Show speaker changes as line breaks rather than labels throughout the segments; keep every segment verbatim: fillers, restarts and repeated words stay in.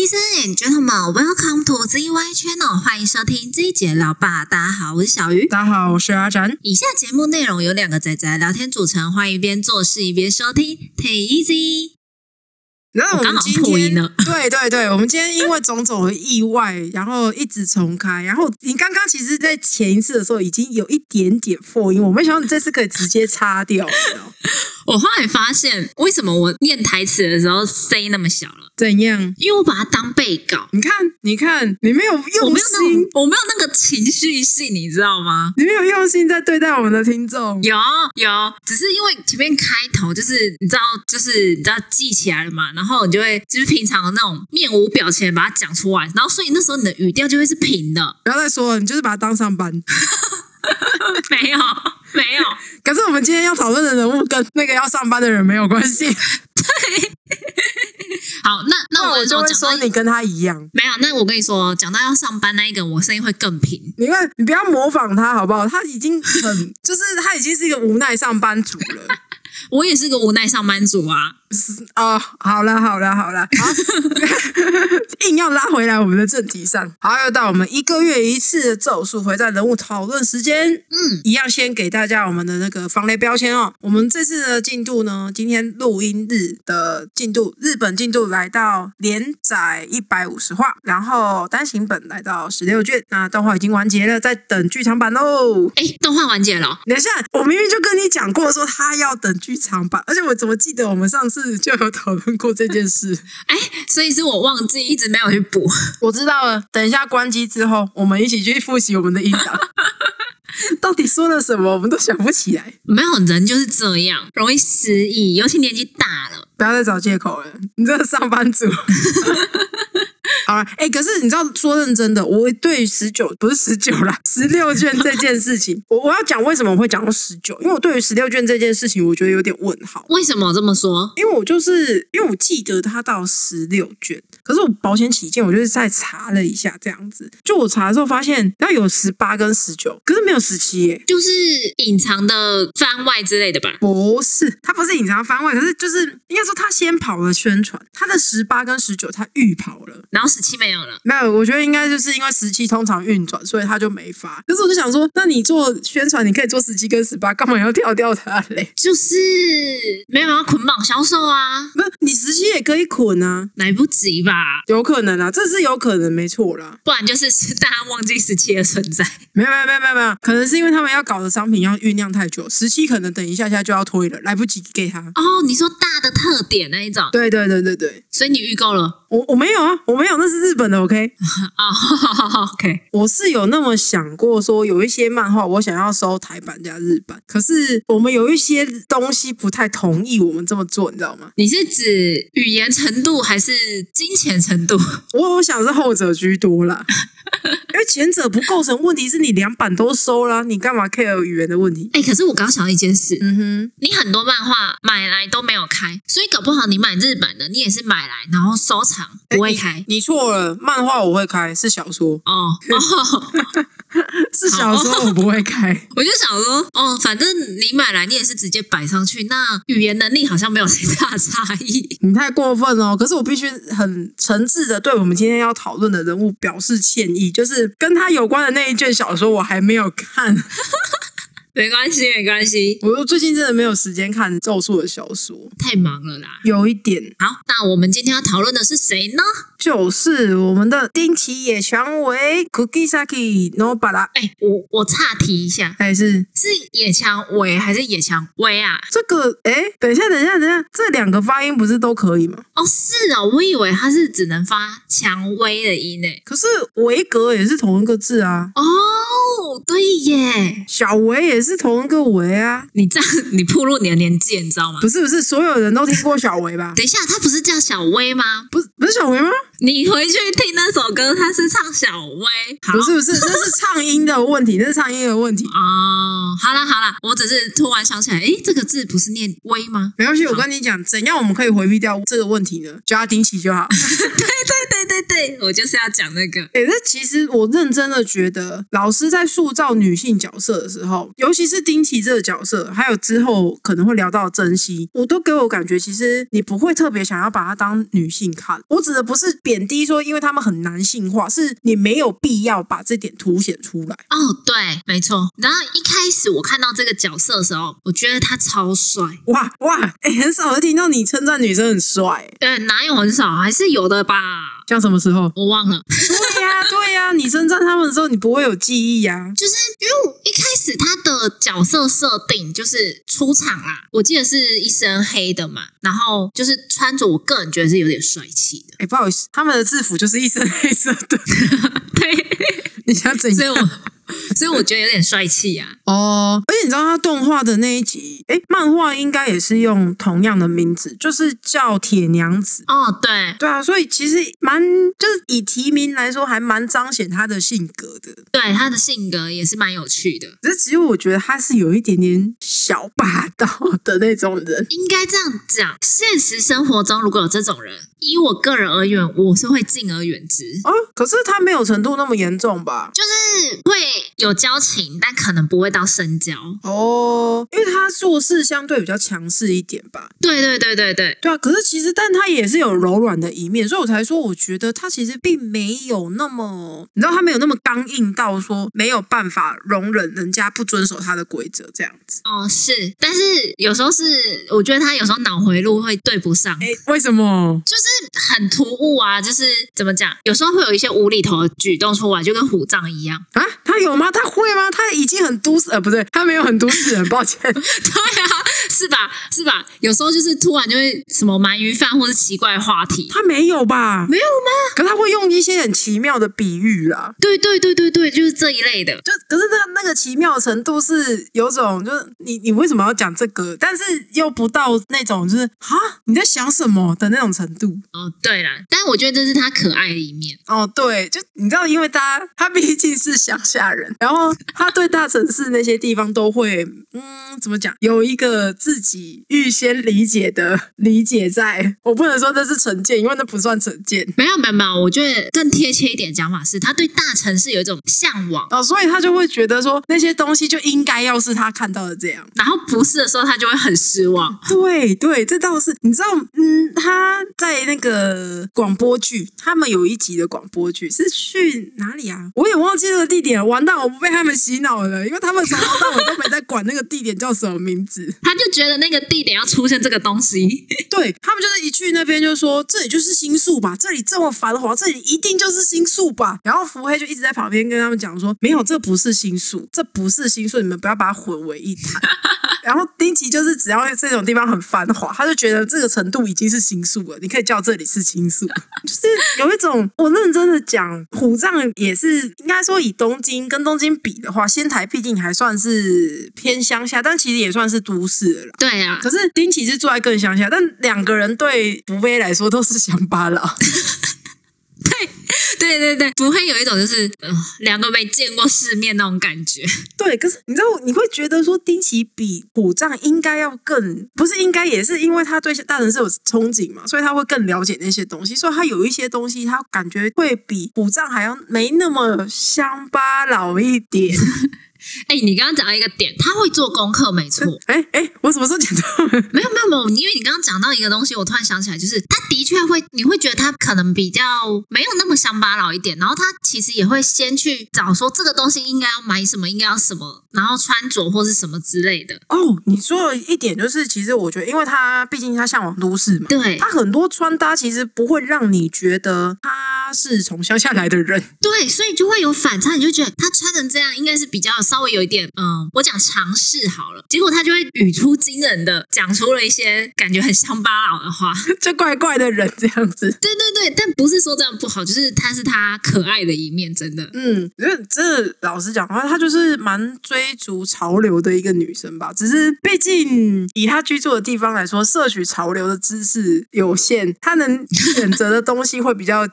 Ladies and gentlemen, welcome to Z Y Channel， 欢迎收听这一节老爸。大家好，我是小鱼。
大家好，我是阿展。
以下节目内容由两个宅宅聊天组成，欢迎一边做事一边收听 ，Take easy。
然后我们今天，
呢
对对对，我们今天因为种种的意外，然后一直重开。然后你刚刚其实，在前一次的时候已经有一点点破音，我没想到你这次可以直接擦掉。
我后来发现，为什么我念台词的时候声音那么小了？
怎样？
因为我把它当背稿。
你看，你看，你没有用心，
我没有那种，我没有那个情绪性，你知道吗？
你没有用心在对待我们的听众。
有有，只是因为前面开头就是你知道，就是你知道记起来了嘛，然后你就会就是平常的那种面无表情把它讲出来，然后所以那时候你的语调就会是平的。
不要再说了，你就是把它当上班。
没有没有，
可是我们今天要讨论的人物跟那个要上班的人没有关系。
对。好，那那我
那我就会说你跟他一样。
没有，那我跟你说，讲到要上班那一个，我声音会更平。
你看，你不要模仿他好不好？他已经很，就是他已经是一个无奈上班族了。
我也是个无奈上班族啊。
哦，好了好了好了，好，硬要拉回来我们的正题上。好，又到我们一个月一次的咒术回战人物讨论时间。嗯，一样先给大家我们的那个防雷标签哦。我们这次的进度呢，今天录音日的进度，日本进度来到连载一百五十话，然后单行本来到十六卷，那动画已经完结了，在等剧场版喽。
哎，动画完结了。
等一下，我明明就跟你讲过说他要等剧场版，而且我怎么记得我们上次就有讨论过这件事？
哎，所以是我忘记，一直没有去补。
我知道了，等一下关机之后，我们一起去复习我们的音档。到底说了什么，我们都想不起来。
没有，人就是这样，容易失忆，尤其年纪大了。
不要再找借口了，你这个上班族。好了，哎、欸，可是你知道，说认真的，我对十九不是十九啦，十六卷这件事情，我我要讲为什么我会讲到十九，因为我对于十六卷这件事情，我觉得有点问号。
为什么这么说？
因为我就是因为我记得它到十六卷，可是我保险起见，我就是再查了一下，这样子，就我查的时候发现，然后有十八跟十九，可是没有十七耶，
就是隐藏的番外之类的吧？
不是，它不是隐藏番外，可是就是应该说他先跑了宣传，他的十八跟十九他预跑了，
然后十七没有了。
没有，我觉得应该就是因为十七通常运转，所以他就没发。可是我就想说，那你做宣传，你可以做十七跟十八，干嘛要跳掉它嘞？
就是没有要捆绑销售啊。
不是，你十七也可以捆啊，
来不及吧？
有可能啊，这是有可能，没错啦。
不然就是大家忘记十七的存在。
没有没有没有没有没有，可能是因为他们要搞的商品要酝酿太久，十七可能等一下下就要推了，来不及给他。
哦，你说大的特点那一种？
对对对对对，
所以你预购了？
我我没有啊，我没有，那是日本的 ，OK？
哦，OK。
我是有那么想过说，有一些漫画我想要收台版加日版，可是我们有一些东西不太同意我们这么做，你知道吗？
你是指语言程度还是金钱程度？
我我想是后者居多啦。因为前者不构成问题，是你两版都收啦，你干嘛 care 语言的问题？
哎、欸，可是我刚想到一件事，
嗯哼，
你很多漫画买来都没有开，所以搞不好你买日版的，你也是买来然后收藏不会开。
欸、你, 你错了，漫画我会开，是小说
哦哦，
是小说我不会开。
我就想说，哦，反正你买来你也是直接摆上去，那语言能力好像没有太大的差异。
你太过分了，可是我必须很诚挚的对我们今天要讨论的人物表示歉意，就是跟他有关的那一卷小说我还没有看。
没关系，没关系。
我最近真的没有时间看咒术的小说，
太忙了啦。
有一点。
好，那我们今天要讨论的是谁呢？
就是我们的丁崎野蔷薇 Kugisaki Nobara。
哎，我我岔题一下，
还是
是野蔷薇还是野蔷薇啊？
这个哎，等一下，等一下，等一下，这两个发音不是都可以吗？
哦，是哦，我以为它是只能发蔷薇的音诶。
可是维格也是同一个字啊。
哦，对耶，
小维也是同一个维啊。
你这样你暴露你的年纪，你知道吗？
不是不是，所有人都听过小维吧？
等一下，他不是叫小薇吗？
不是不是小维吗？
你回去听那首歌，他是唱小薇。
不是不是，那是唱音的问题，那是唱音的问题。
哦，好啦好啦，我只是突然想起来，诶，这个字不是念薇吗？
没关系，我跟你讲，怎样我们可以回避掉这个问题呢？叫他丁崎就好。
对对对对对，我就是要讲那个。
哎、欸，那其实我认真的觉得，老师在塑造女性角色的时候，尤其是丁琪这个角色，还有之后可能会聊到珍惜，我都给我感觉，其实你不会特别想要把她当女性看。我指的不是贬低说，因为他们很男性化，是你没有必要把这点凸显出来。
哦，对，没错。然后一开始我看到这个角色的时候，我觉得他超帅。
哇哇，哎、欸，很少会听到你称赞女生很帅。
对，哪有很少，还是有的吧。
像什么时候？
我忘了。
对呀、啊，对呀、啊，你称赞他们的时候，你不会有记忆呀、啊。
就是因为我一开始他的角色设定就是出场啦，我记得是一身黑的嘛，然后就是穿着，我个人觉得是有点帅气的。
哎，不好意思，他们的制服就是一身黑色的。
对，
你想怎样？
所以我。所以我觉得有点帅气啊。
哦，而且你知道他动画的那一集，诶，漫画应该也是用同样的名字，就是叫铁娘子。
哦，对，
对啊，所以其实蛮就是以题名来说，还蛮彰显他的性格的。
对，他的性格也是蛮有趣的。
只是其实我觉得他是有一点点小霸道的那种人。
应该这样讲，现实生活中如果有这种人，以我个人而言，我是会敬而远之。
哦，可是他没有程度那么严重吧？
就是会有交情，但可能不会到深交。
哦，因为他做事相对比较强势一点吧。
对对对对对，
对啊。可是其实，但他也是有柔软的一面，所以我才说，我觉得他其实并没有那么，你知道，他没有那么刚硬到说没有办法容忍人家不遵守他的规则这样子。
哦，是，但是有时候是，我觉得他有时候脑回路会对不上。
哎，为什么？
就是很突兀啊，就是怎么讲，有时候会有一些无厘头的举动出来，就跟虎杖一样
啊。他有吗？他会吗？他已经很都市，呃，不对，他没有很都市人，抱歉。
对啊，是吧？是吧？有时候就是突然就会什么鳗鱼饭或是奇怪的话题。
他没有吧？
没有吗？
可是他会用一些很奇妙的比喻啦。
对对对对对，就是这一类的。
就可是那那个奇妙的程度是有种，就是你你为什么要讲这个？但是又不到那种就是哈你在想什么的那种程度。
哦，对啦，但我觉得这是他可爱的一面。
哦，对，就你知道，因为他他毕竟是乡下人，然后他对大城市那些地方都会，嗯，怎么讲，有一个自己预先理解的理解在。我不能说这是成见，因为那不算成见。
没有没有没有，我觉得更贴切一点的讲法是，他对大城市有一种向往。
哦，所以他就会觉得说那些东西就应该要是他看到的这样，
然后不是的时候，他就会很失望。
对对，这倒是，你知道，嗯，他在那个广播剧，他们有一集的广播剧是去哪里啊？我也忘记那个地点了，完蛋，我不被他们洗脑了，因为他们从头到尾都没在管那个地点叫什么名字。
他就觉得那个地点要出现这个东西，
对，他们就是一去那边就说这里就是新宿吧，这里这么繁华，这里一定就是新宿吧。然后福黑就一直在旁边跟他们讲说，没有，这不是新宿，这不是新宿，你们不要把它混为一谈。然后丁琪就是只要这种地方很繁华，他就觉得这个程度已经是新宿了，你可以叫这里是新宿。就是有一种，我认真的讲，虎杖也是应该说以东京跟东京比的话，仙台毕竟还算是偏乡下，但其实也算是都市了啦。
对啊，
可是丁琪是住在更乡下，但两个人对福飞来说都是乡巴佬。
对对对对，不会有一种就是呃两个没见过世面那种感觉。
对，可是你知道你会觉得说丁琪比虎杖应该要更，不是应该也是因为他对大城市有憧憬嘛，所以他会更了解那些东西，所以他有一些东西他感觉会比虎杖还要没那么乡巴佬一点。
哎、欸，你刚刚讲到一个点，他会做功课，没错。
哎哎、欸欸，我什么时候讲到？
没有没有没有，因为你刚刚讲到一个东西，我突然想起来，就是他的确会，你会觉得他可能比较没有那么乡巴佬一点，然后他其实也会先去找说这个东西应该要买什么，应该要什么，然后穿着或是什么之类的。
哦，你说了一点，就是其实我觉得，因为他毕竟他向往都市嘛，
对，
他很多穿搭其实不会让你觉得他是从乡下来的人，
对，所以就会有反差，你就觉得他穿成这样应该是比较稍微有一点，嗯，我讲尝试好了，结果他就会语出惊人的讲出了一些感觉很乡巴佬的话，
就怪怪的人这样子。
对对对，但不是说这样不好，就是他是他可爱的一面，真的。
嗯，因为真的老实讲的话，她就是蛮追逐潮流的一个女生吧。只是毕竟以她居住的地方来说，摄取潮流的知识有限，她能选择的东西会比较集中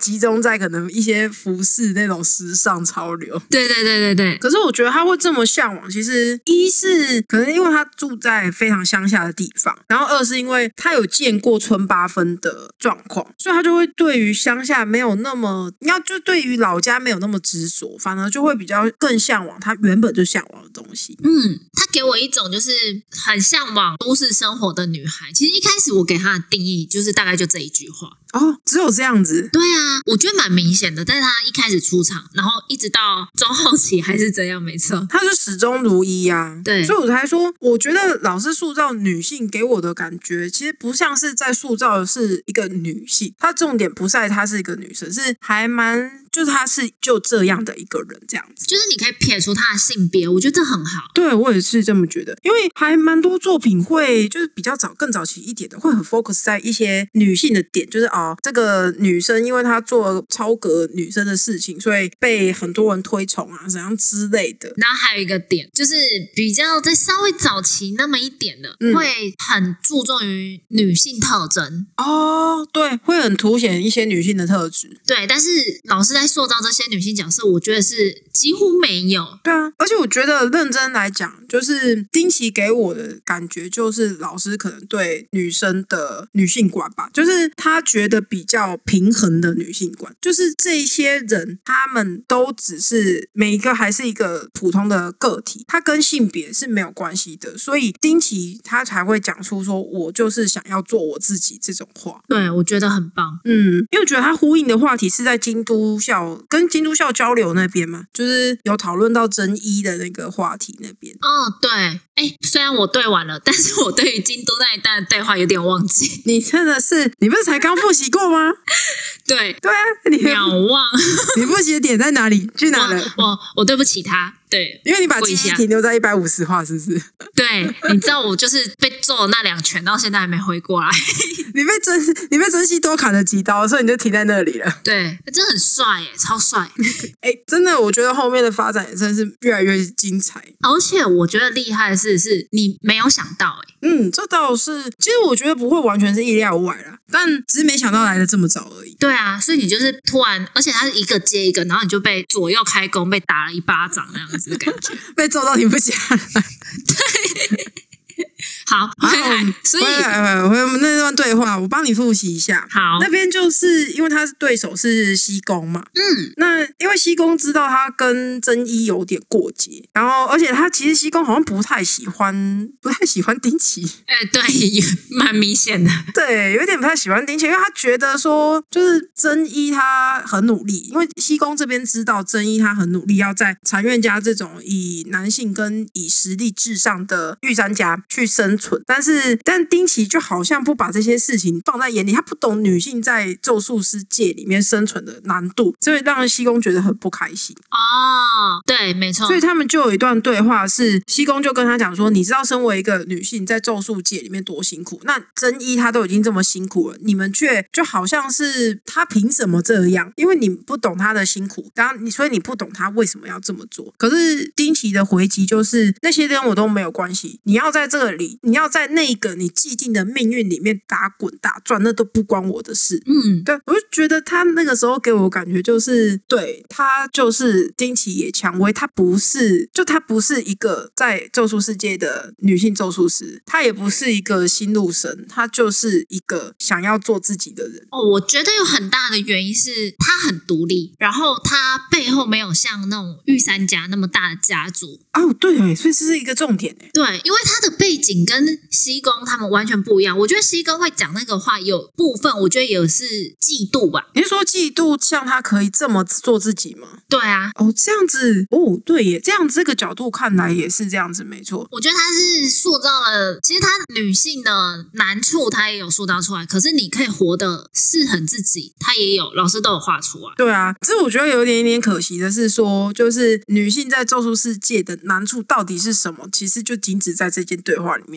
在可能一些服饰那种时尚潮流。
对对对对对。
可是我觉得他会这么向往，其实一是可能因为他住在非常乡下的地方，然后二是因为他有见过村八分的状况，所以他就会对于乡下没有那么，你要就对于老家没有那么执着，反而就会比较更向往他原本就向往的东西。
嗯，他给我一种就是很向往都市生活的女孩。其实一开始我给她的定义就是大概就这一句话。
哦，只有这样子？
对啊，我觉得蛮明显的。但是他一开始出场，然后一直到中后期还是这样，没错，
他是始终如一啊。
对，
所以我才说，我觉得老师塑造女性给我的感觉，其实不像是在塑造的是一个女性，她重点不在她是一个女生，是还蛮就是她是就这样的一个人这样子。
就是你可以撇除她的性别，我觉得这很好。
对，我也是这么觉得，因为还蛮多作品会就是比较早更早期一点的，会很 focus 在一些女性的点，就是哦，这个女生因为她做超格女生的事情，所以被很多人推崇啊，怎样之类的。
然后还有一个点，就是比较在稍微早期那么一点的，嗯、会很注重于女性特征
哦，对，会很凸显一些女性的特质。
对，但是老师在塑造这些女性角色，我觉得是几乎没有。
对啊，而且我觉得认真来讲，就是丁奇给我的感觉就是老师可能对女生的女性观吧，就是他觉得比较平衡的女性观，就是这些人他们都只是每一个还是一个普通的个体，他跟性别是没有关系的，所以丁奇他才会讲出说我就是想要做我自己这种话。
对，我觉得很棒。
嗯，因为我觉得他呼应的话题是在京都校跟京都校交流那边嘛，就是有讨论到真一的那个话题那边。
哦，对，哎，虽然我对完了，但是我对于京都那一段的对话有点忘记。
你真的是，你不是才刚复习过吗？
对
对啊，你
秒忘。
你复习的点在哪里？去哪了？
我我我对不起他。对，
因为你把记忆停留在一百五十话，是不是？
对，你知道我就是被揍了那两拳，到现在还没回过来。
你被珍你被珍惜多砍了几刀，所以你就停在那里了。
对，真的很帅耶，超帅。
哎，真的，我觉得后面的发展也真的是越来越精彩。
而且我觉得厉害的是，是你没有想到哎。
嗯，这倒是，其实我觉得不会完全是意料外啦，但只是没想到来的这么早而已。
对啊，所以你就是突然，而且他是一个接一个，然后你就被左右开弓，被打了一巴掌那样子的感觉，
被揍到停不下来。
对。好，回来，所以
回来回来那段对话，我帮你复习一下。
好，
那边就是因为他对手是西宫嘛，
嗯，
那因为西宫知道他跟真一有点过节，然后而且他其实西宫好像不太喜欢，不太喜欢丁奇。
哎、欸，对，蛮明显的，
对，有点不太喜欢丁奇，因为他觉得说，就是真一他很努力，因为西宫这边知道真一他很努力，要在禅院家这种以男性跟以实力至上的御三家去生存，但是但丁奇就好像不把这些事情放在眼里，他不懂女性在咒术师界里面生存的难度，所以让西宫觉得很不开心。
哦，对，没错。
所以他们就有一段对话是西宫就跟他讲说，你知道身为一个女性在咒术界里面多辛苦，那真一他都已经这么辛苦了，你们却就好像是他凭什么这样，因为你不懂他的辛苦，当然你所以你不懂他为什么要这么做。可是丁奇的回击就是那些跟我都没有关系，你要在这里，你要在那个你既定的命运里面打滚打转，那都不关我的事。
嗯，
对，我就觉得他那个时候给我感觉就是对他就是丁奇野蔷薇，他不是就他不是一个在咒术世界的女性咒术师，他也不是一个新入神，他就是一个想要做自己的人。
哦，我觉得有很大的原因是他很独立，然后他背后没有像那种御三家那么大的家族。
哦，对，所以这是一个重点。
对，因为他的背景跟西宫他们完全不一样。我觉得西宫会讲那个话，有部分我觉得也是嫉妒吧。
你是说嫉妒像他可以这么做自己吗？
对啊。
哦，这样子，哦，对耶，这样这个角度看来也是这样子，没错。
我觉得他是塑造了，其实他女性的难处他也有塑造出来，可是你可以活得适合自己，他也有，老师都有画出来。
对啊，只是我觉得有点点可惜的是说，就是女性在咒术世界的难处到底是什么？其实就仅止在这件对话里面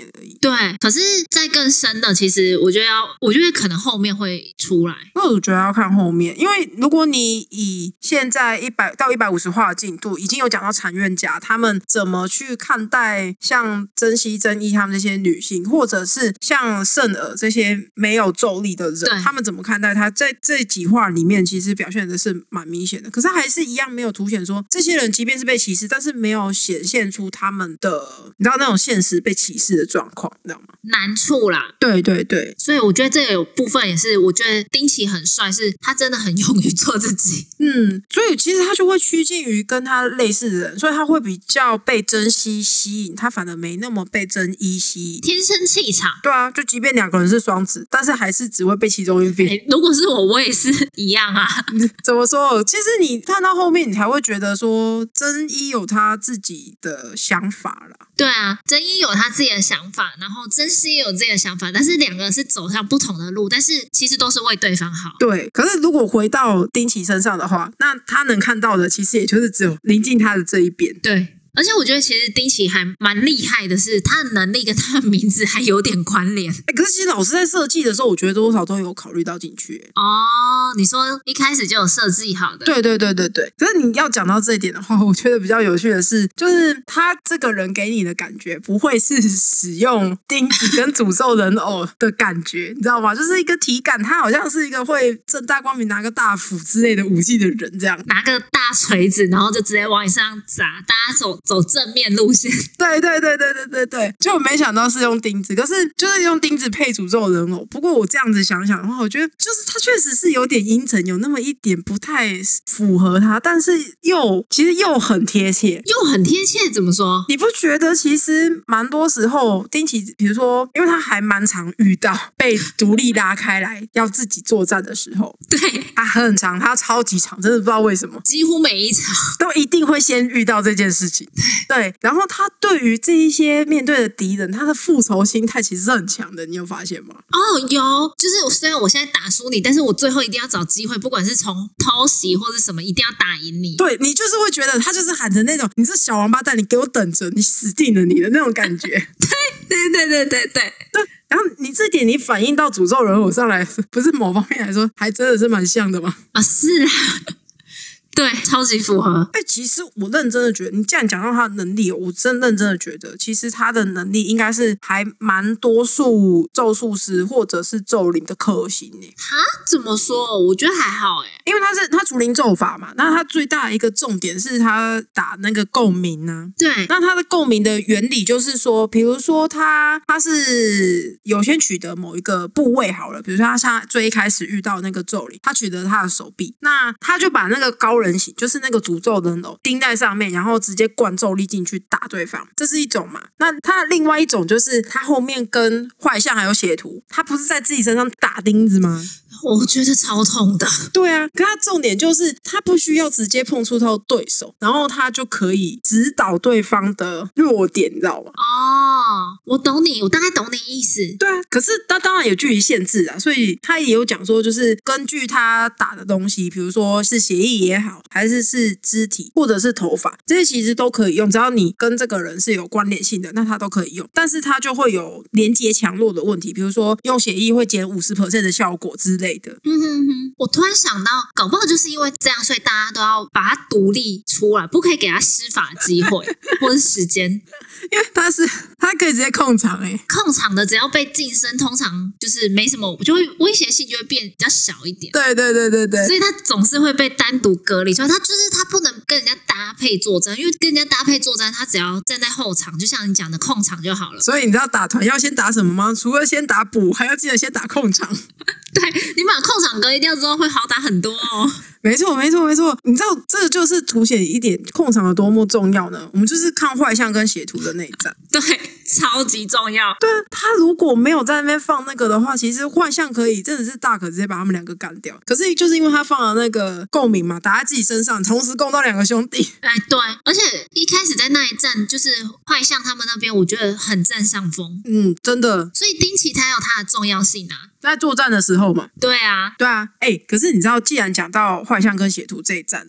而已。
对，可是再更深的，其实我觉得要，我觉得可能后面会出来。
那我觉得要看后面，因为如果你以现在一百到一百五十话的进度，已经有讲到产院家他们怎么去看待像珍惜、真一他们这些女性，或者是像圣儿这些没有咒力的人，他们怎么看待他，在这几话里面其实表现的是蛮明显的。可是还是一样没有凸显说这些人即便是被歧视，但是没有显现出他们的你知道那种现实被歧视的状况，你知道吗？
难处啦，
对对对，
所以我觉得这个有部分也是，我觉得丁奇很帅，是他真的很勇于做自己。
嗯，所以其实他就会趋近于跟他类似的人，所以他会比较被珍惜吸引，他反而没那么被真一吸引。
天生气场，
对啊，就即便两个人是双子，但是还是只会被其中一边。
欸、如果是我，我也是一样啊。
怎么说？其实你看到后面，你才会觉得说真一有他自己的想法啦。
对啊，真一有他自己的想法，然后真希也有自己的想法，但是两个是走向不同的路，但是其实都是为对方好。
对，可是如果回到丁奇身上的话，那他能看到的其实也就是只有临近他的这一边。
对。而且我觉得其实丁奇还蛮厉害的是，他的能力跟他的名字还有点关联。
欸、可是其实老师在设计的时候，我觉得多少都有考虑到进去。
哦，你说一开始就有设计好的？
对对对对对。可是你要讲到这一点的话，我觉得比较有趣的是，就是他这个人给你的感觉不会是使用钉子跟诅咒人偶的感觉，你知道吗？就是一个体感，他好像是一个会正大光明拿个大斧之类的武器的人，这样
拿个大锤子，然后就直接往你身上砸，大家走。走正面路线，
对对对对对对对，就没想到是用钉子，可是就是用钉子配诅咒人偶。不过我这样子想想的话，我觉得就是他确实是有点阴沉，有那么一点不太符合他，但是又其实又很贴切，
又很贴切。怎么说？
你不觉得其实蛮多时候丁奇，比如说，因为他还蛮常遇到被独立拉开来要自己作战的时候，
对，
他很常，他超级长，真的不知道为什么，
几乎每一场
都一定会先遇到这件事情。对，然后他对于这一些面对的敌人，他的复仇心态其实是很强的，你有发现吗？
哦，有，就是虽然我现在打输你，但是我最后一定要找机会，不管是从偷袭或是什么，一定要打赢你。
对，你就是会觉得他就是喊着那种，你这小王八蛋，你给我等着，你死定了你的那种感觉。
对对对对对对
对。然后你这点你反映到诅咒人偶上来，不是某方面来说，还真的是蛮像的吗？
啊，是啊。对，超级符合。
哎、欸，其实我认真的觉得，你既然讲到他的能力，我真认真的觉得，其实他的能力应该是还蛮多数咒术师或者是咒灵的克星诶。
哈？怎么说？我觉得还好诶，
因为他是他除灵咒法嘛，那他最大的一个重点是他打那个共鸣啊。
对，
那他的共鸣的原理就是说，比如说他他是有先取得某一个部位好了，比如说他像最一开始遇到那个咒灵，他取得他的手臂，那他就把那个高人。就是那个诅咒人偶钉在上面，然后直接灌咒力进去打对方，这是一种嘛。那他另外一种就是他后面跟坏象还有血图，他不是在自己身上打钉子吗？
我觉得超痛的。
对啊，可他重点就是他不需要直接碰触到对手，然后他就可以指导对方的弱点，你知道吗？
哦，我懂你，我大概懂你意思。
对啊，可是他当然有距离限制啊，所以他也有讲说，就是根据他打的东西，比如说是血液也好，还是是肢体或者是头发，这些其实都可以用，只要你跟这个人是有关联性的，那他都可以用。但是他就会有连接强弱的问题，比如说用血液会减 百分之五十 的效果之类的。
嗯哼哼，我突然想到，搞不好就是因为这样，所以大家都要把它独立出来，不可以给他施法的机会或是时间，
因为他是他可以直接控场哎、欸，
控场的只要被晋升，通常就是没什么，就会威胁性就会变比较小一点。
对对对对对，
所以他总是会被单独隔离出来，他就是他不能跟人家搭配作战，因为跟人家搭配作战，他只要站在后场，就像你讲的控场就好了。
所以你知道打团要先打什么吗？除了先打补，还要记得先打控场。
对，你把控场隔离掉之后，会好打很多哦。
没错，没错，没错。你知道这个就是凸显一点控场有多么重要呢？我们就是看坏象跟血图的内战，
对，超级重要。
对啊，他如果没有在那边放那个的话，其实坏象可以真的是大可直接把他们两个干掉。可是就是因为他放了那个共鸣嘛，打在自己身上，同时共到两个兄弟。
哎，对，而且一开始在那一战，就是坏象他们那边，我觉得很占上风。
嗯，真的。
所以丁奇他有他的重要性啊。
在作战的时候嘛，
对啊，
对啊，哎、欸，可是你知道，既然讲到坏象跟血图这一战的话，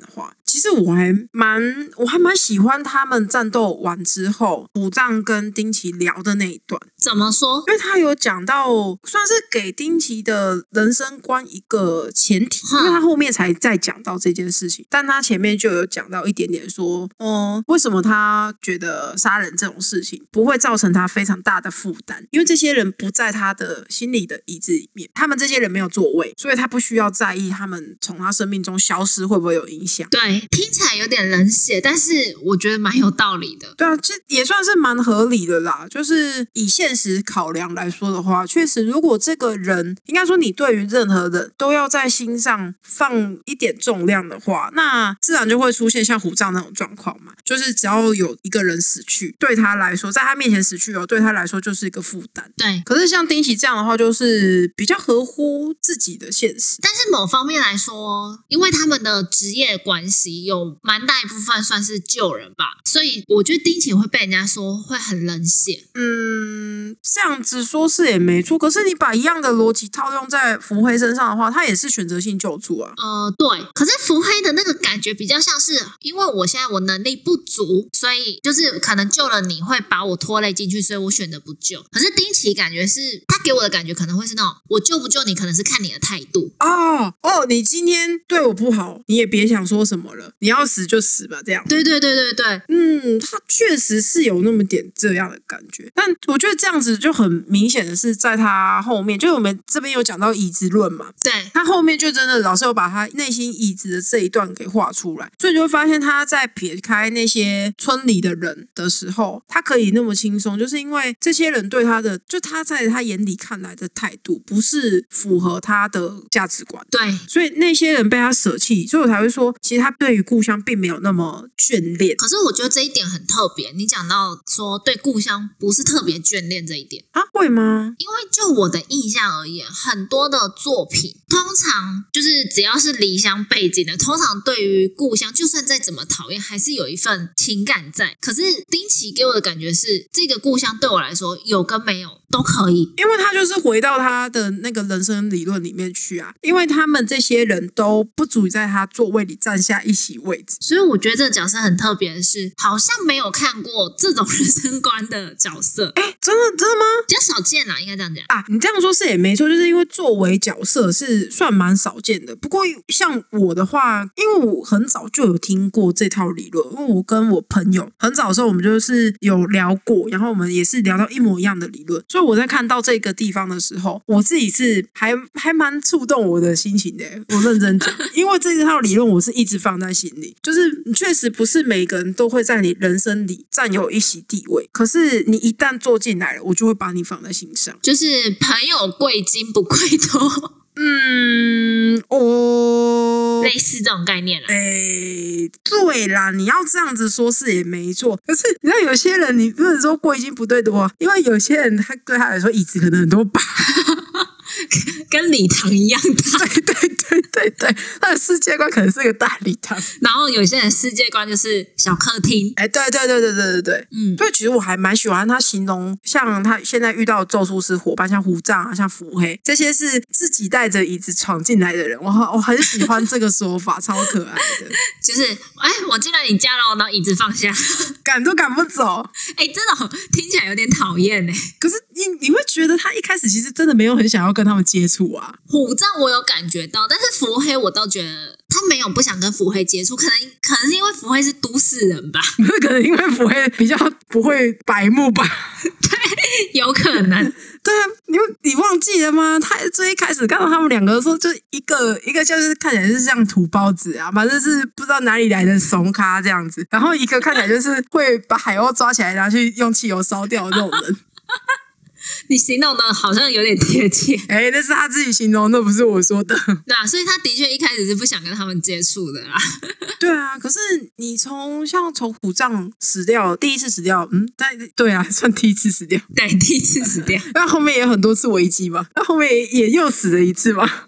其实我还蛮我还蛮喜欢他们战斗完之后虎杖跟丁崎聊的那一段。
怎么说？
因为他有讲到算是给丁崎的人生观一个前提，因为他后面才再讲到这件事情，但他前面就有讲到一点点说嗯，为什么他觉得杀人这种事情不会造成他非常大的负担，因为这些人不在他的心里的椅子里面，他们这些人没有座位，所以他不需要在意他们从他生命中消失会不会有影响。
对，听起来有点冷血，但是我觉得蛮有道理的。
对啊，这也算是蛮合理的啦，就是以现实考量来说的话，确实如果这个人应该说你对于任何人都要在心上放一点重量的话，那自然就会出现像虎杖那种状况嘛，就是只要有一个人死去，对他来说在他面前死去哦，对他来说就是一个负担。
对，
可是像丁崎这样的话就是比较合乎自己的现实。
但是某方面来说，因为他们的职业关系有蛮大一部分算是救人吧，所以我觉得丁崎会被人家说会很冷血。
嗯，这样子说是也没错，可是你把一样的逻辑套用在福黑身上的话，他也是选择性救助啊。
呃，对，可是福黑的那个感觉比较像是，因为我现在我能力不足，所以就是可能救了你会把我拖累进去，所以我选择不救。可是丁崎感觉是他给我的感觉可能会是那种，我救不救你可能是看你的态度。
哦哦，你今天对我不好，你也别想说什么了，你要死就死吧，这样。
对对对对对，
嗯，他确实是有那么点这样的感觉，但我觉得这样子就很明显的是在他后面，就我们这边有讲到椅子论嘛，
对，
他后面就真的老师有把他内心椅子的这一段给画出来，所以就会发现他在撇开那些村里的人的时候，他可以那么轻松，就是因为这些人对他的，就他在他眼里看来的态度不是符合他的价值观，
对，
所以那些人被他舍弃，所以我才会说其实他对于故乡并没有那么眷恋。
可是我觉得这一点很特别，你讲到说对故乡不是特别眷恋这一点
啊，会吗？
因为就我的印象而言，很多的作品通常就是只要是离乡背景的，通常对于故乡就算再怎么讨厌还是有一份情感在。可是丁崎给我的感觉是这个故乡对我来说有跟没有都可以，
因为他就是回到他的那个人生理论里面去啊，因为他们这些人都不足以在他座位里占下一席位置，
所以我觉得这个角色很特别的是，好像没有看过这种人生观的角色。
哎，真的真的吗？
比较少见啦，应该这样讲
啊。你这样说是也没错，就是因为作为角色是算蛮少见的。不过像我的话，因为我很早就有听过这套理论，因为我跟我朋友很早的时候我们就是有聊过，然后我们也是聊到一模一样的理论，所以我在看到这个地方的时候，我自己是还还蛮触动我的心情的。我认真讲，因为这套理论我是一直放在心里，就是确实不是每个人都会在你人生里占有一席地位，可是你一旦坐进来了，我就会把你放在心上。
就是朋友贵精不贵多。
嗯，哦，
类似这种概念啦。
哎，对啦，你要这样子说是也没错。可是你知道有些人，你不能说贵精不对多，因为有些人他对他来说椅子可能很多把。
跟礼堂一样大，
对对对对对，他的世界观可能是个大礼堂，
然后有些人世界观就是小客厅。
哎，对对对对对对对，
嗯，
所以其实我还蛮喜欢他形容，像他现在遇到的咒术师伙伴，像虎杖啊，像伏黑，这些是自己带着椅子闯进来的人，我我很喜欢这个说法，超可爱的。
就是哎，我进来你家了，然后椅子放下，
赶都赶不走。
哎，这种听起来有点讨厌哎。
可是你你会觉得他一开始其实真的没有很想要跟他们接触啊。
虎杖我有感觉到，但是伏黑我倒觉得他没有不想跟伏黑接触，可能可能是因为伏黑是都市人吧，
可能因为伏黑比较不会白目吧。
对，有可能。
对啊，你你忘记了吗？他最一开始看到他们两个的时候，就一个一个就是看起来是像土包子啊，反正是不知道哪里来的怂咖这样子，然后一个看起来就是会把海鸥抓起来拿去用汽油烧掉的那种人。
你形容的好像有点贴切。
哎、欸，那是他自己形容，那不是我说的。
对啊，所以他的确一开始是不想跟他们接触的啦。
对啊，可是你从像从虎杖死掉，第一次死掉，嗯，但对啊，算第一次死掉。
对，第一次死掉。
那后面也有很多次危机嘛，那后面也又死了一次嘛。
对，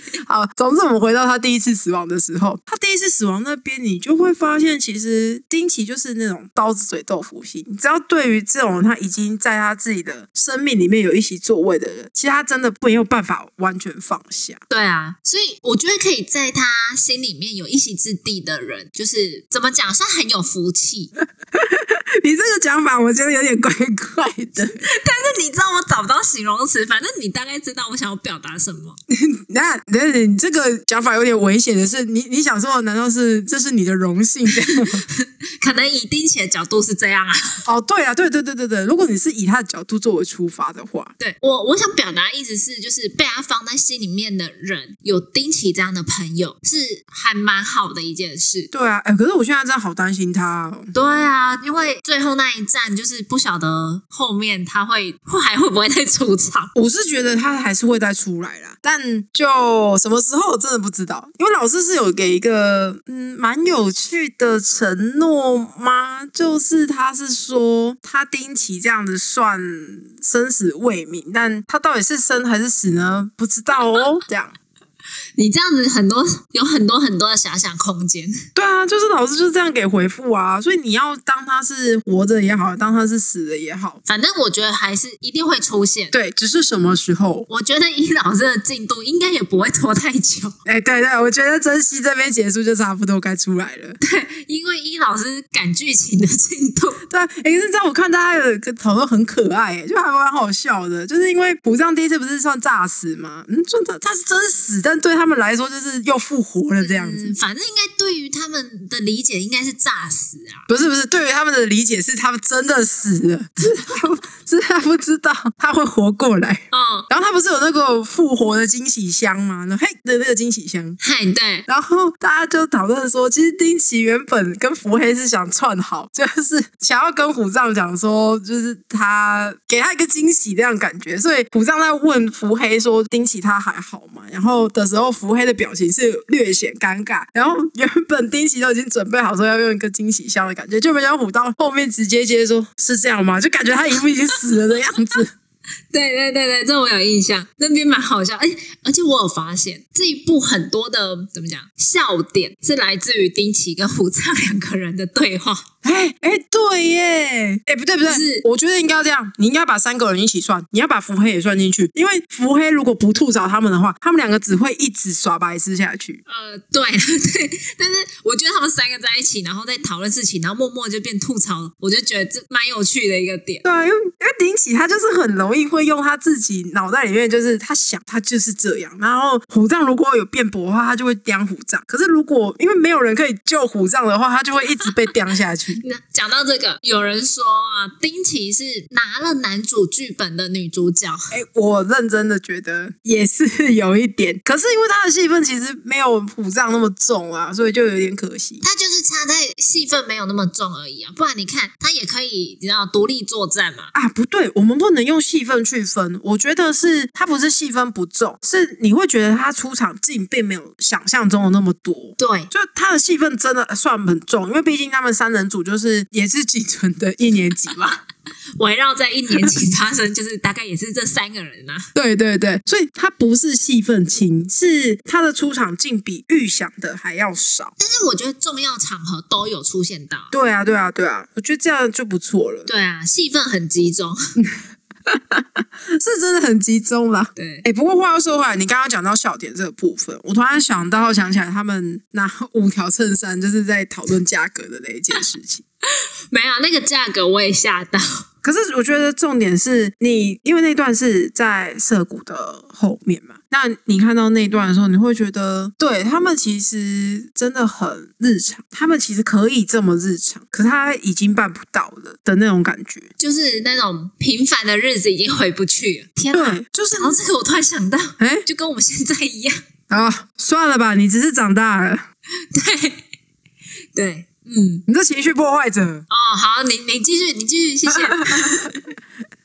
好，总之我们回到他第一次死亡的时候，他第一次死亡那边，你就会发现，其实丁奇就是那种刀子嘴豆腐心。只要对于这种他已经在他自己的生命里面有一席座位的人，其实他真的没有办法完全放下。
对啊，所以我觉得可以在他心里面有一席之地的人，就是怎么讲，算很有福气。
你这个讲法我觉得有点怪怪的，但
是你知道我找不到形容词，反正你大概知道我想要表达什么。
那你这个讲法有点危险的是，你你想说难道是这是你的荣幸这样吗？
可能以丁奇的角度是这样啊。
哦，对啊，对对对对对，如果你是以他的角度作为出发的话，
对我我想表达的意思是，就是被他放在心里面的人，有丁奇这样的朋友，是还蛮好的一件事。
对啊，哎，可是我现在真的好担心他哦。
对啊，因为最后那一战就是不晓得后面他会还会不会再出场。
我是觉得他还是会再出来啦，但就什么时候我真的不知道，因为老师是有给一个嗯蛮有趣的承诺吗？就是他是说他丁奇这样子算生死未明，但他到底是生还是死呢？不知道哦，这样。
你这样子很多有很多很多的遐想空间。
对啊，就是老师就是这样给回复啊，所以你要当他是活着也好，当他是死的也好，
反正我觉得还是一定会出现。
对，只是什么时候？
我觉得依老师的进度应该也不会拖太久。
哎，对对，我觉得珍惜这边结束就差不多该出来了。
对，因为依老师赶剧情的进度。
对，哎，可是这样我看大家有一个讨论很可爱，就还蛮好笑的，就是因为卜藏第一次不是算诈死吗？嗯，算他他是真死，但对他们来说就是又复活了这样子。
嗯、反正应该对于他们的理解应该是诈死啊。
不是不是，对于他们的理解是他们真的死了，只是他只是他不知道他会活过来。
嗯，
然后他不是有那个复活的惊喜箱吗？嘿的那个惊喜箱，
嘿对。
然后大家就讨论说，其实丁奇原本跟伏黑是想串好，就是想要跟虎杖讲说，就是他给他一个惊喜这样感觉，所以虎杖在问伏黑说丁奇他还好吗？然后的时候伏黑的表情是略显尴尬，然后原本丁奇都已经准备好说要用一个惊喜箱的感觉，就没想到虎到后面直接接说是这样吗？就感觉他一副已经死了的样子。
对对对对，这我有印象，那边蛮好笑，而且而且我有发现这一部很多的怎么讲笑点是来自于丁奇跟虎杖两个人的对话。
哎哎，对耶！哎，不对不对，是我觉得应该要这样，你应该把三个人一起算，你要把伏黑也算进去，因为伏黑如果不吐槽他们的话，他们两个只会一直耍白痴下去。
呃，对对，但是我觉得他们三个在一起，然后在讨论事情，然后默默就变吐槽，我就觉得这蛮有趣的一个点。
对啊，因为因为丁奇他就是很容易会用他自己脑袋里面，就是他想他就是这样，然后虎杖如果有辩驳的话，他就会刁虎杖。可是如果因为没有人可以救虎杖的话，他就会一直被刁下去。
那讲到这个，有人说啊，丁奇是拿了男主剧本的女主角。
哎，我认真的觉得也是有一点，可是因为他的戏份其实没有虎杖那么重啊，所以就有点可惜。
他就是差在戏份没有那么重而已啊，不然你看他也可以，你知道独立作战嘛。
啊，不对，我们不能用戏份去分。我觉得是他不是戏份不重，是你会觉得他出场镜并没有想象中的那么多。
对，
就他的戏份真的算很重，因为毕竟他们三人组就是也是仅存的一年级嘛。
围绕在一年级发生，就是大概也是这三个人啊。
对对对，所以他不是戏份轻，是他的出场竟比预想的还要少。
但是我觉得重要场合都有出现到。
对啊对啊对啊，我觉得这样就不错了。
对啊，戏份很集中。
是真的很集中啦。
对，
哎，不过话又说回来，你刚刚讲到笑点这个部分，我突然想到想起来，他们拿五条衬衫就是在讨论价格的那一件事情。
没有那个价格，我也吓到。
可是我觉得重点是你，因为那段是在涩谷的后面嘛，那你看到那段的时候，你会觉得，对他们其实真的很日常，他们其实可以这么日常，可是他已经办不到了的那种感觉，
就是那种平凡的日子已经回不去了。天哪，
对，就是
然后这个我突然想到，
哎，
就跟我们现在一样。
啊，算了吧，你只是长大了。
对对。嗯，
你这情绪破坏者
哦，好，你你继续，你继续，谢谢。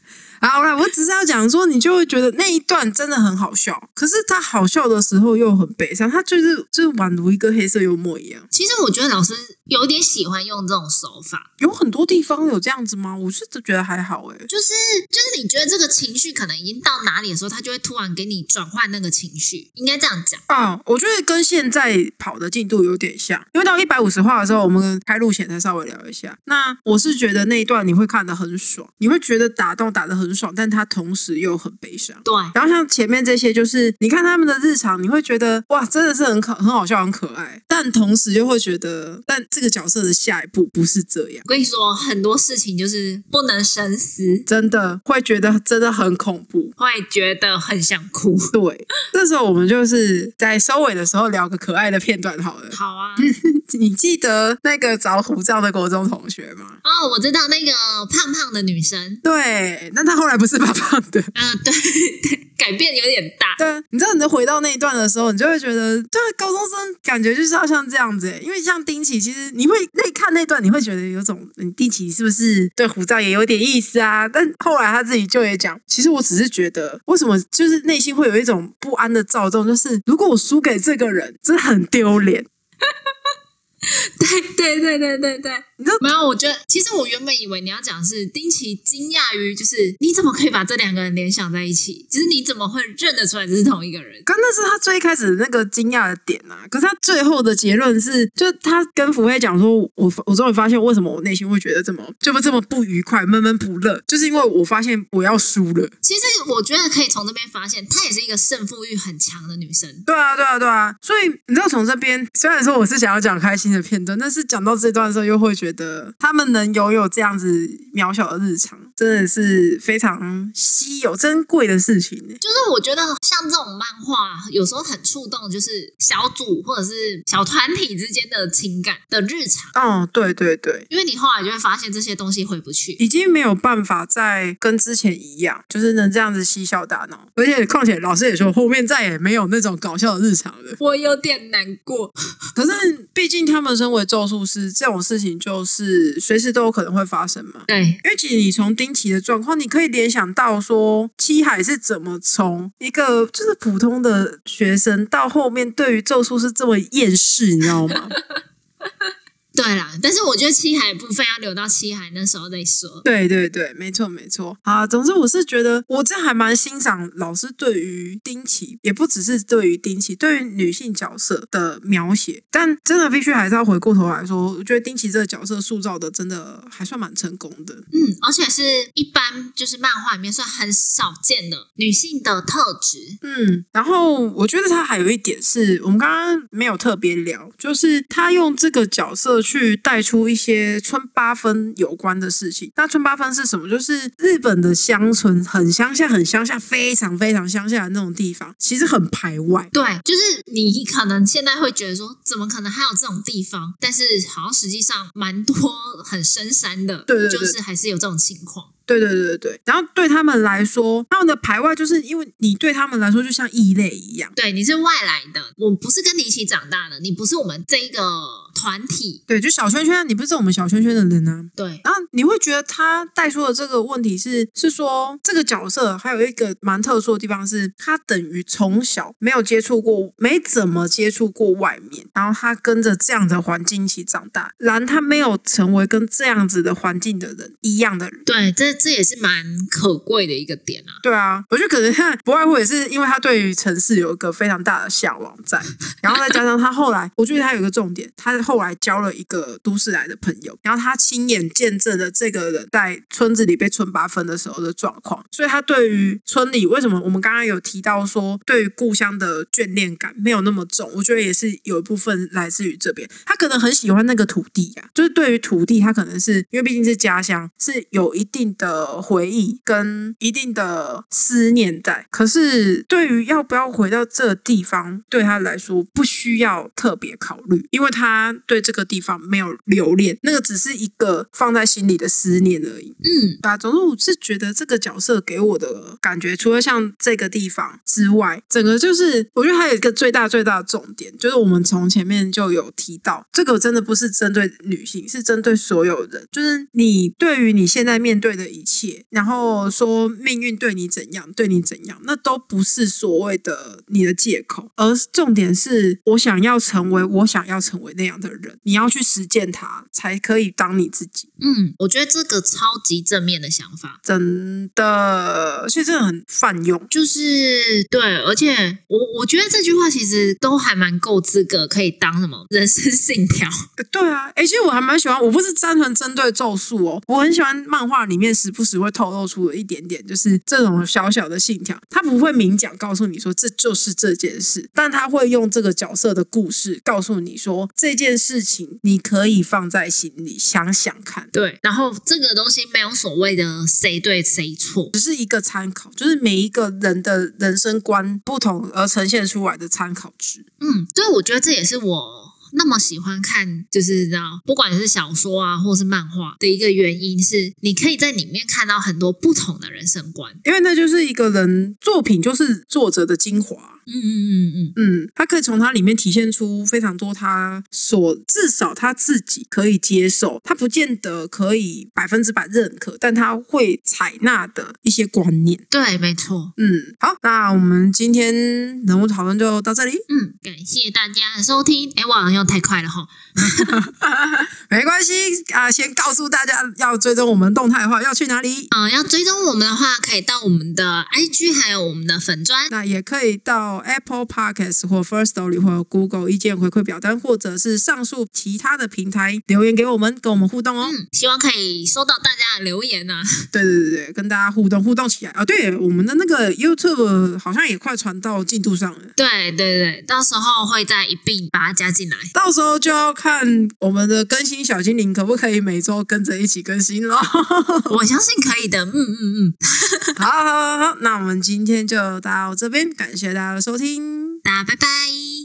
好了，我只是要讲说，你就会觉得那一段真的很好笑，可是他好笑的时候又很悲伤，他就是就是宛如一个黑色幽默一样。
其实我觉得老师有点喜欢用这种手法，
有很多地方有这样子吗？我是觉得还好哎、欸，
就是就是你觉得这个情绪可能已经到哪里的时候，他就会突然给你转换那个情绪，应该这样讲
啊、哦。我觉得跟现在跑的进度有点像，因为到一百五十话的时候，我们开录前才稍微聊一下。那我是觉得那一段你会看得很爽，你会觉得打斗打得很爽，但他同时又很悲伤。
对，
然后像前面这些，就是你看他们的日常，你会觉得哇，真的是很可很好笑、很可爱，但同时又会觉得，但这个角色的下一步不是这样。
我跟你说，很多事情就是不能深思，
真的会觉得真的很恐怖，
会觉得很想哭。
对，这时候我们就是在收尾的时候聊个可爱的片段好了。
好啊，
你记得那个找虎照的国中同学吗？
哦，我知道那个胖胖的女生。
对，那她后来不是胖胖的。
嗯、呃，对对，改变有点大。
对，你知道你在回到那一段的时候，你就会觉得，对，高中生感觉就是要像这样子耶，因为像丁启，其实你会那看那段，你会觉得有种，你丁启是不是对虎照也有点意思啊？但后来他自己就也讲，其实我只是觉得，为什么就是内心会有一种不安的躁动，就是如果我输给这个人，真的很丢脸。
对对对对对对，
你知道
没有？我觉得其实我原本以为你要讲的是丁启惊讶于，就是你怎么可以把这两个人联想在一起？就是你怎么会认得出来这是同一个人？
可那是他最一开始的那个惊讶的点啊。可是他最后的结论是，就他跟福黑讲说，我我终于发现为什么我内心会觉得这么就这么不愉快、闷闷不乐，就是因为我发现我要输了。
其实我觉得可以从这边发现，她也是一个胜负欲很强的女生。
对啊，对啊，对啊。所以你知道，从这边虽然说我是想要讲开心的片段，但是讲到这段的时候，又会觉得他们能拥有这样子渺小的日常，真的是非常稀有、珍贵的事情。
就是我觉得像这种漫画，有时候很触动，就是小组或者是小团体之间的情感的日常。
哦，对对对，
因为你后来就会发现这些东西回不去，
已经没有办法再跟之前一样，就是能这样子嬉笑打闹。而且况且老师也说，后面再也没有那种搞笑的日常了。
我有点难过。
可是毕竟他们身为咒术师，这种事情就是随时都有可能会发生嘛。
对，
因为其实你从丁启的状况，你可以联想到说，七海是怎么从一个就是普通的学生，到后面对于咒术是这么厌世，你知道吗？
对啦，但是我觉得七海的部分要留到七海那时候再说。
对对对，没错没错。啊，总之我是觉得我这还蛮欣赏老师对于丁启，也不只是对于丁启，对于女性角色的描写。但真的必须还是要回过头来说，我觉得丁启这个角色塑造的真的还算蛮成功的。
嗯，而且是一般就是漫画里面算很少见的女性的特质。
嗯，然后我觉得他还有一点是我们刚刚没有特别聊，就是他用这个角色去带出一些村八分有关的事情。那村八分是什么？就是日本的乡村，很乡下、很乡下、非常非常乡下的那种地方，其实很排外。
对，就是你可能现在会觉得说，怎么可能还有这种地方？但是好像实际上蛮多很深山的，
对对对，
就是还是有这种情况。
对对对对，然后对他们来说，他们的排外就是因为你对他们来说就像异类一样。
对，你是外来的，我不是跟你一起长大的，你不是我们这一个团体。
对，就小圈圈，你不是我们小圈圈的人啊。
对，
然后你会觉得他带出的这个问题是，是说这个角色还有一个蛮特殊的地方是，他等于从小没有接触过，没怎么接触过外面，然后他跟着这样的环境一起长大，然他没有成为跟这样子的环境的人一样的人。
对，这这也是蛮可贵的一个点啊。
对啊，我觉得可能他不外乎也是因为他对于城市有一个非常大的向往在，然后再加上他后来，我觉得他有一个重点，他后来交了一个都市来的朋友，然后他亲眼见证了这个人在村子里被村八分的时候的状况，所以他对于村里为什么我们刚刚有提到说对于故乡的眷恋感没有那么重，我觉得也是有一部分来自于这边，他可能很喜欢那个土地啊，就是对于土地他可能是因为毕竟是家乡，是有一定的回忆跟一定的思念在，可是对于要不要回到这个地方对他来说不需要特别考虑，因为他对这个地方没有留恋，那个只是一个放在心里的思念而已。
嗯，
啊，总之我是觉得这个角色给我的感觉，除了像这个地方之外，整个就是我觉得还有一个最大最大的重点，就是我们从前面就有提到，这个真的不是针对女性，是针对所有人，就是你对于你现在面对的一切，然后说命运对你怎样对你怎样，那都不是所谓的你的借口，而重点是我想要成为我想要成为那样的人，你要去实践它才可以当你自己。
嗯，我觉得这个超级正面的想法，
真的，所以真的很泛用，
就是对，而且我我觉得这句话其实都还蛮够资格可以当什么人生信条。
对啊，哎，其实我还蛮喜欢，我不是单纯针对咒术哦，我很喜欢漫画里面时不时会透露出一点点，就是这种小小的信条，他不会明讲告诉你说这就是这件事，但他会用这个角色的故事告诉你说这件事情你可以放在心里想想看。
对，然后这个东西没有所谓的谁对谁错，
只是一个参考，就是每一个人的人生观不同而呈现出来的参考值。
嗯，对，我觉得这也是我那么喜欢看，就是知道不管是小说啊或是漫画的一个原因是，你可以在里面看到很多不同的人生观，
因为那就是一个人作品，就是作者的精华。
嗯嗯嗯嗯
嗯，他可以从它里面体现出非常多他所至少他自己可以接受，他不见得可以百分之百认可，但他会采纳的一些观念。
对，没错。
嗯，好，那我们今天人物讨论就到这里。
嗯，感谢大家的收听。哎，我好像用太快了齁。
没关系啊，先告诉大家要追踪我们动态的话要去哪里？
嗯、呃，要追踪我们的话，可以到我们的 I G 还有我们的粉专，
那也可以到 Apple Podcast 或 Firstory 或 Google 意见回馈表单，或者是上述其他的平台留言给我们，跟我们互动哦。
嗯，希望可以收到大家的留言啊。
对对对对，跟大家互动互动起来啊！对，我们的那个 YouTube 好像也快传到进度上了。
对对对，到时候会再一并把它加进来。
到时候就要看我们的更新小精灵可不可以每周跟着一起更新咯。
我相信可以的。嗯嗯嗯。
好好好好，那我们今天就到这边，感谢大家的收听，
大家拜拜。